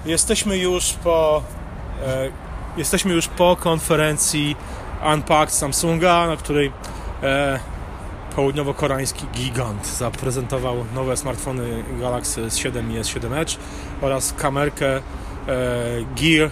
Jesteśmy już po konferencji Unpacked Samsunga, na której południowo-koreański gigant zaprezentował nowe smartfony Galaxy S7 i S7 Edge oraz kamerkę Gear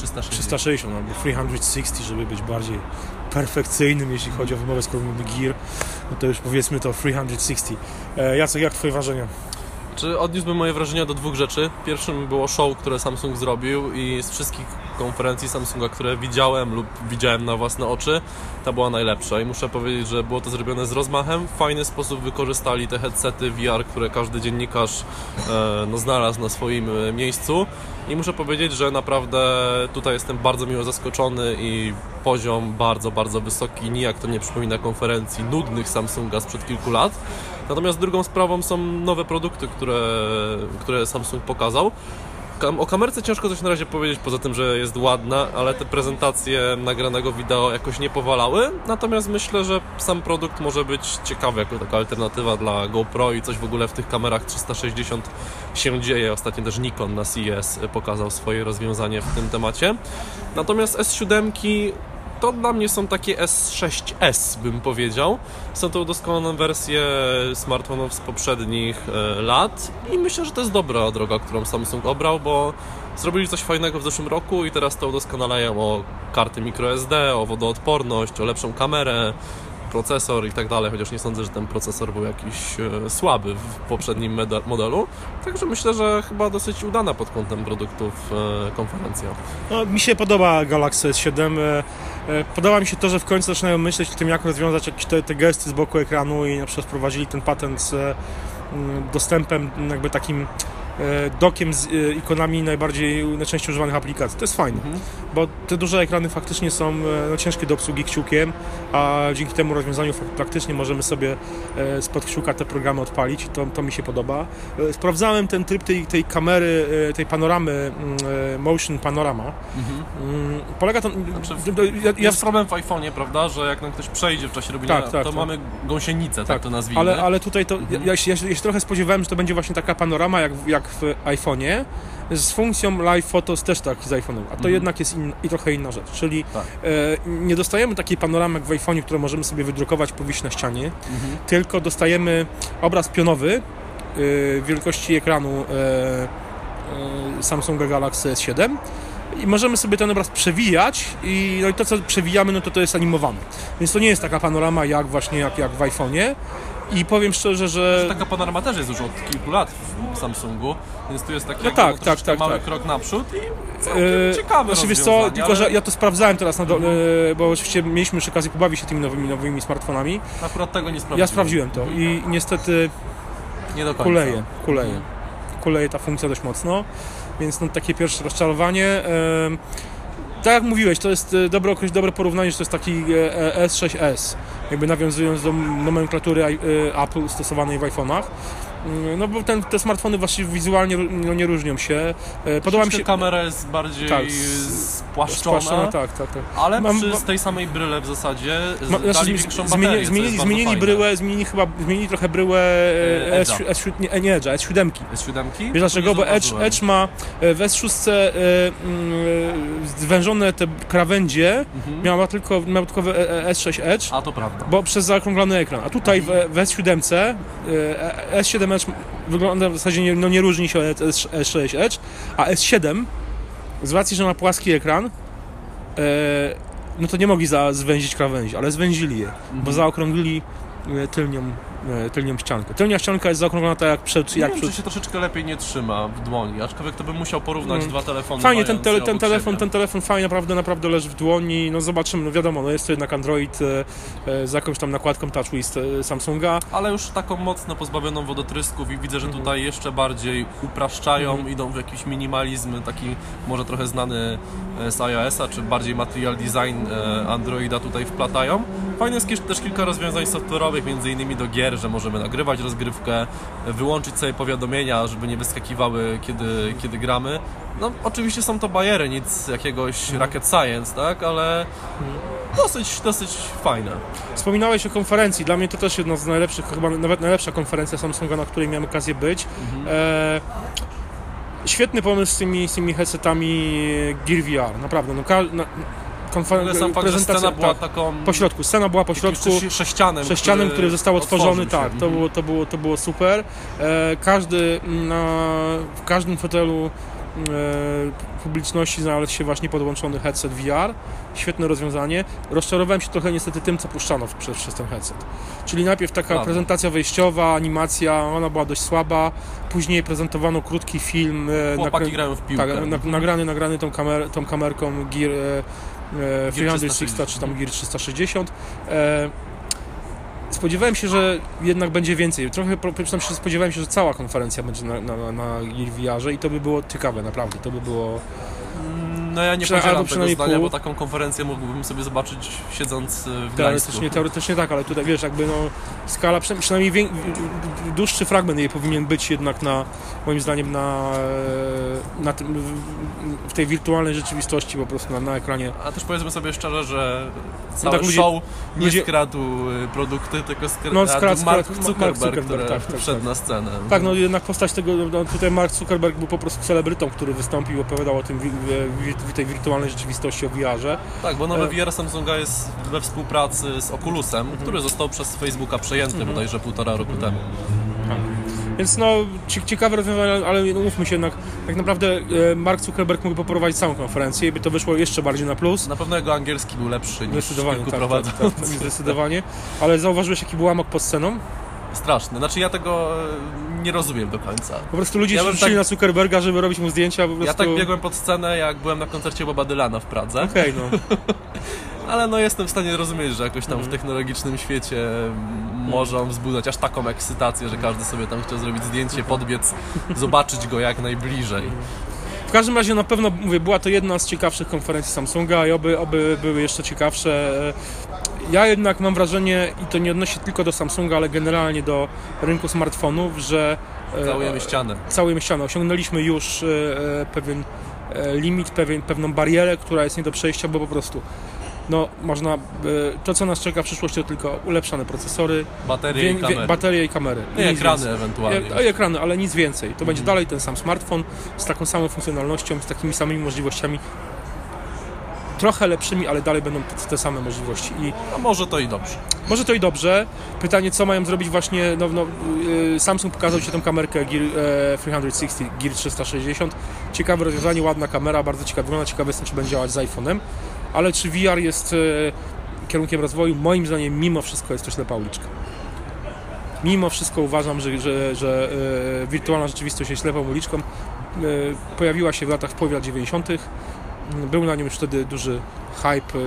360 albo 360, żeby być bardziej perfekcyjnym, jeśli chodzi o wymowę, skoro mówimy Gear, no to już powiedzmy to 360. Jacek, jak twoje wrażenia? Odniósłbym moje wrażenia do dwóch rzeczy. Pierwszym było show, które Samsung zrobił i z wszystkich konferencji Samsunga, które widziałem lub widziałem na własne oczy, ta była najlepsza i muszę powiedzieć, że było to zrobione z rozmachem. W fajny sposób wykorzystali te headsety VR, które każdy dziennikarz znalazł na swoim miejscu i muszę powiedzieć, że naprawdę tutaj jestem bardzo miło zaskoczony i poziom bardzo, bardzo wysoki, nijak to nie przypomina konferencji nudnych Samsunga sprzed kilku lat. Natomiast drugą sprawą są nowe produkty, które Samsung pokazał. O kamerce ciężko coś na razie powiedzieć, poza tym, że jest ładna, ale te prezentacje nagranego wideo jakoś nie powalały. Natomiast myślę, że sam produkt może być ciekawy jako taka alternatywa dla GoPro i coś w ogóle w tych kamerach 360 się dzieje. Ostatnio też Nikon na CES pokazał swoje rozwiązanie w tym temacie. Natomiast S7 to dla mnie są takie S6s, bym powiedział. Są to udoskonalone wersje smartfonów z poprzednich lat i myślę, że to jest dobra droga, którą Samsung obrał, bo zrobili coś fajnego w zeszłym roku i teraz to udoskonalają o karty microSD, o wodoodporność, o lepszą kamerę, procesor i tak dalej, chociaż nie sądzę, że ten procesor był jakiś słaby w poprzednim modelu. Także myślę, że chyba dosyć udana pod kątem produktów konferencja. No, mi się podoba Galaxy S7. Podoba mi się to, że w końcu zaczynają myśleć o tym, jak rozwiązać jakieś te gesty z boku ekranu i na przykład wprowadzili ten patent z dostępem jakby takim dokiem z ikonami najczęściej używanych aplikacji. To jest fajne, bo te duże ekrany faktycznie są ciężkie do obsługi kciukiem, a dzięki temu rozwiązaniu praktycznie możemy sobie spod kciuka te programy odpalić i to mi się podoba. Sprawdzałem ten tryb tej kamery, tej panoramy, Motion Panorama. Polega to... Jest problem w iPhone'ie, prawda, że jak nam ktoś przejdzie w czasie robienia, to mamy gąsienicę, tak to nazwijmy. Ale tutaj to... Ja się trochę spodziewałem, że to będzie właśnie taka panorama jak w iPhone'ie, z funkcją Live Photos też tak z iPhone'em, a to jednak jest trochę inna rzecz, czyli nie dostajemy takiej panoramy jak w iPhone'ie, którą możemy sobie wydrukować, powiesić na ścianie, tylko dostajemy obraz pionowy wielkości ekranu Samsunga Galaxy S7 i możemy sobie ten obraz przewijać i to, co przewijamy, to jest animowane. Więc to nie jest taka panorama jak w iPhone'ie. I powiem szczerze, że taka panorama też jest już od kilku lat w Samsungu, więc tu jest taki mały krok naprzód i całkiem ciekawe rozwiązanie. Wiesz co, tylko że ja to sprawdzałem teraz, bo oczywiście mieliśmy już okazję pobawić się tymi nowymi smartfonami. Akurat tego nie sprawdziłem. Ja sprawdziłem to i niestety nie do końca. Kuleje ta funkcja dość mocno, więc takie pierwsze rozczarowanie. Tak jak mówiłeś, to jest dobre porównanie, że to jest taki S6s, jakby nawiązując do nomenklatury Apple stosowanej w iPhone'ach. No bo te smartfony właściwie wizualnie nie różnią się. Podoba mi się... Kamera jest bardziej spłaszczona, ale z tej samej bryle w zasadzie dali większą baterię, zmienili trochę bryłę S7. Wiesz dlaczego? Bo Edge ma w S6 zwężone te krawędzie, miał tylko S6 Edge, a to prawda, bo przez zaokrąglony ekran, a tutaj w S7 S7 Edge wygląda w zasadzie nie różni się od S6 Edge, a S7 z racji, że ma płaski ekran, to nie mogli zwęzić krawędzi, ale zwęzili je, bo zaokrąglili tylnią ściankę. Tylnia ścianka jest zaokrąglona tak jak przed... Czy się troszeczkę lepiej nie trzyma w dłoni, aczkolwiek to bym musiał porównać dwa telefony. Fajnie, ten telefon fajnie naprawdę leży w dłoni, zobaczymy, wiadomo, jest to jednak Android z jakąś tam nakładką TouchWiz Samsunga. Ale już taką mocno pozbawioną wodotrysków i widzę, że tutaj jeszcze bardziej upraszczają, idą w jakiś minimalizm, taki może trochę znany z iOS-a, czy bardziej material design Androida tutaj wplatają. Fajne jest też kilka rozwiązań software'owych, między innymi do gier, że możemy nagrywać rozgrywkę, wyłączyć sobie powiadomienia, żeby nie wyskakiwały, kiedy gramy. No, oczywiście są to bajery, nic jakiegoś rocket science, tak, ale dosyć fajne. Wspominałeś o konferencji, dla mnie to też jedna z najlepszych, chyba nawet najlepsza konferencja Samsunga, na której miałem okazję być. Świetny pomysł z tymi headsetami Gear VR, naprawdę. No, Sam fakt, że scena była tak, taką... scena była po środku, sześcianem, który został otworzony, tak, to było super. W każdym fotelu publiczności znalazł się właśnie podłączony headset VR. Świetne rozwiązanie. Rozczarowałem się trochę niestety tym, co puszczano przez ten headset. Czyli najpierw taka prezentacja wejściowa, animacja, ona była dość słaba. Później prezentowano krótki film. Chłopaki grają w piłkę. Tak, nagrany tą kamerką Gear 360 czy tam Gear 360. Spodziewałem się, że jednak będzie więcej. Trochę spodziewałem się, że cała konferencja będzie na VR-ze i to by było ciekawe, naprawdę. To by było... No ja nie podzielam tego zdania, bo taką konferencję mógłbym sobie zobaczyć siedząc w Gdańsku. Teoretycznie tak, ale tutaj wiesz, jakby skala, przynajmniej dłuższy fragment jej powinien być jednak moim zdaniem w tej wirtualnej rzeczywistości po prostu na ekranie. A też powiedzmy sobie szczerze, że cały show nie skradł produkty, tylko skradł Mark Zuckerberg, który wszedł na scenę. Tak, no jednak postać tego, tutaj Mark Zuckerberg był po prostu celebrytą, który wystąpił, opowiadał o tym w tej wirtualnej rzeczywistości, o VR-ze. Tak, bo nowy VR Samsunga jest we współpracy z Oculusem, który został przez Facebooka przejęty bodajże 1,5 roku temu. Więc ciekawe rozwiązanie, ale umówmy się jednak, tak naprawdę Mark Zuckerberg mógł poprowadzić całą konferencję i by to wyszło jeszcze bardziej na plus. Na pewno jego angielski był lepszy niż kilku prowadzących. Tak, zdecydowanie. Ale zauważyłeś, jaki był amok pod sceną? Straszny. Znaczy ja tego nie rozumiem do końca. Po prostu ludzie się rzucili na Zuckerberga, żeby robić mu zdjęcia. Po prostu... Ja tak biegłem pod scenę, jak byłem na koncercie Boba Dylana w Pradze. Okej, Ale jestem w stanie rozumieć, że jakoś tam w technologicznym świecie może on wzbudzać aż taką ekscytację, że każdy sobie tam chciał zrobić zdjęcie, podbiec, zobaczyć go jak najbliżej. W każdym razie na pewno, mówię, była to jedna z ciekawszych konferencji Samsunga i oby były jeszcze ciekawsze. Ja jednak mam wrażenie, i to nie odnosi się tylko do Samsunga, ale generalnie do rynku smartfonów, że całujemy ścianę. Osiągnęliśmy już pewien limit, pewną barierę, która jest nie do przejścia, bo po prostu to co nas czeka w przyszłości to tylko ulepszane procesory, baterie i kamery. I ekrany ewentualnie. Ekrany, ale nic więcej. To będzie dalej ten sam smartfon z taką samą funkcjonalnością, z takimi samymi możliwościami. Trochę lepszymi, ale dalej będą te same możliwości. A może to i dobrze. Może to i dobrze. Pytanie, co mają zrobić właśnie... Samsung pokazał Ci tę kamerkę Gear 360, Gear 360. Ciekawe rozwiązanie, ładna kamera, bardzo ciekawa wygląda. Ciekawe jestem, czy będzie działać z iPhone'em. Ale czy VR jest kierunkiem rozwoju? Moim zdaniem mimo wszystko jest to ślepa uliczka. Mimo wszystko uważam, że wirtualna rzeczywistość jest ślepą uliczką. Pojawiła się w połowie lat 90. Był na nią już wtedy duży hype,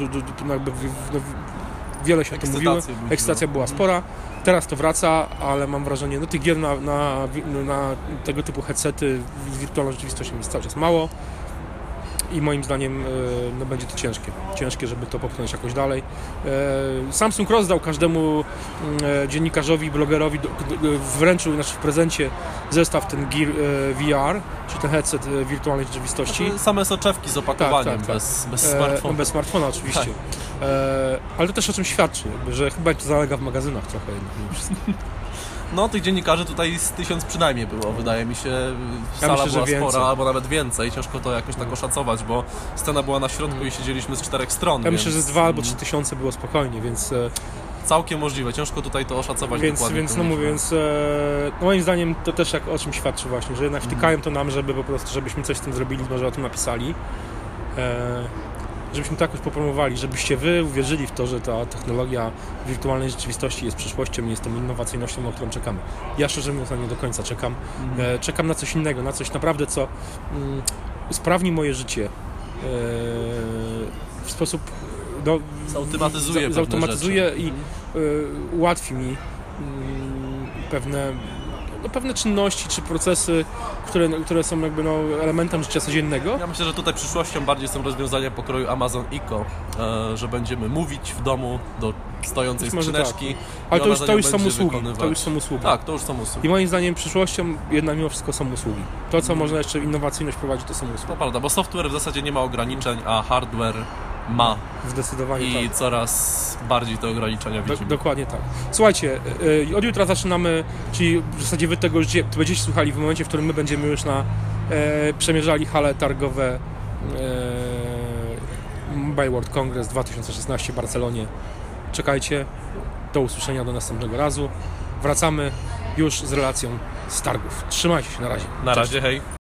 wiele się o tym mówiło. Ekscytacja była spora. Teraz to wraca, ale mam wrażenie, tych gier na tego typu headsety z wirtualną rzeczywistością jest cały czas mało. I moim zdaniem będzie to ciężkie, żeby to popchnąć jakoś dalej. Samsung rozdał każdemu dziennikarzowi, blogerowi, wręczył w prezencie zestaw ten Gear VR, czyli ten headset wirtualnej rzeczywistości. Same soczewki z opakowaniem, tak. Bez smartfona. Bez smartfona oczywiście. Tak. Ale to też o czym świadczy, że chyba to zalega w magazynach trochę. Tych dziennikarzy tutaj z 1000 przynajmniej było, wydaje mi się. Sala była spora, albo nawet więcej. Ciężko to jakoś tak oszacować, bo scena była na środku i siedzieliśmy z 4 stron. Ja myślę, że z 2 albo 3 tysiące było spokojnie, więc... Całkiem możliwe, ciężko tutaj to oszacować dokładnie. Więc moim zdaniem to też o czym świadczy właśnie, że jednak wtykają to nam, żeby po prostu, żebyśmy coś z tym zrobili, może o tym napisali. Żebyśmy to jakoś popromowali, żebyście wy uwierzyli w to, że ta technologia wirtualnej rzeczywistości jest przyszłością i jest tą innowacyjnością, na którą czekamy. Ja szczerze mówiąc na nie do końca czekam. Czekam na coś innego, na coś naprawdę, co usprawni moje życie w sposób... zautomatyzuje i ułatwi mi pewne czynności czy procesy, które są elementem życia codziennego. Ja myślę, że tutaj przyszłością bardziej są rozwiązania pokroju Amazon Eco, że będziemy mówić w domu do stojącej skrzyneczki. Tak. Ale to już są usługi. Tak, to już są usługi. I moim zdaniem przyszłością jednak mimo wszystko są usługi. To, co można jeszcze innowacyjność prowadzić, to są usługi. To prawda, bo software w zasadzie nie ma ograniczeń, a hardware ma. Zdecydowanie I coraz bardziej te ograniczenia widzimy. Dokładnie tak. Słuchajcie, od jutra zaczynamy, czyli w zasadzie wy tego już będziecie słuchali w momencie, w którym my będziemy już przemierzali hale targowe Mobile World Congress 2016 w Barcelonie. Czekajcie, do usłyszenia do następnego razu. Wracamy już z relacją z targów. Trzymajcie się, na razie. Na razie, hej.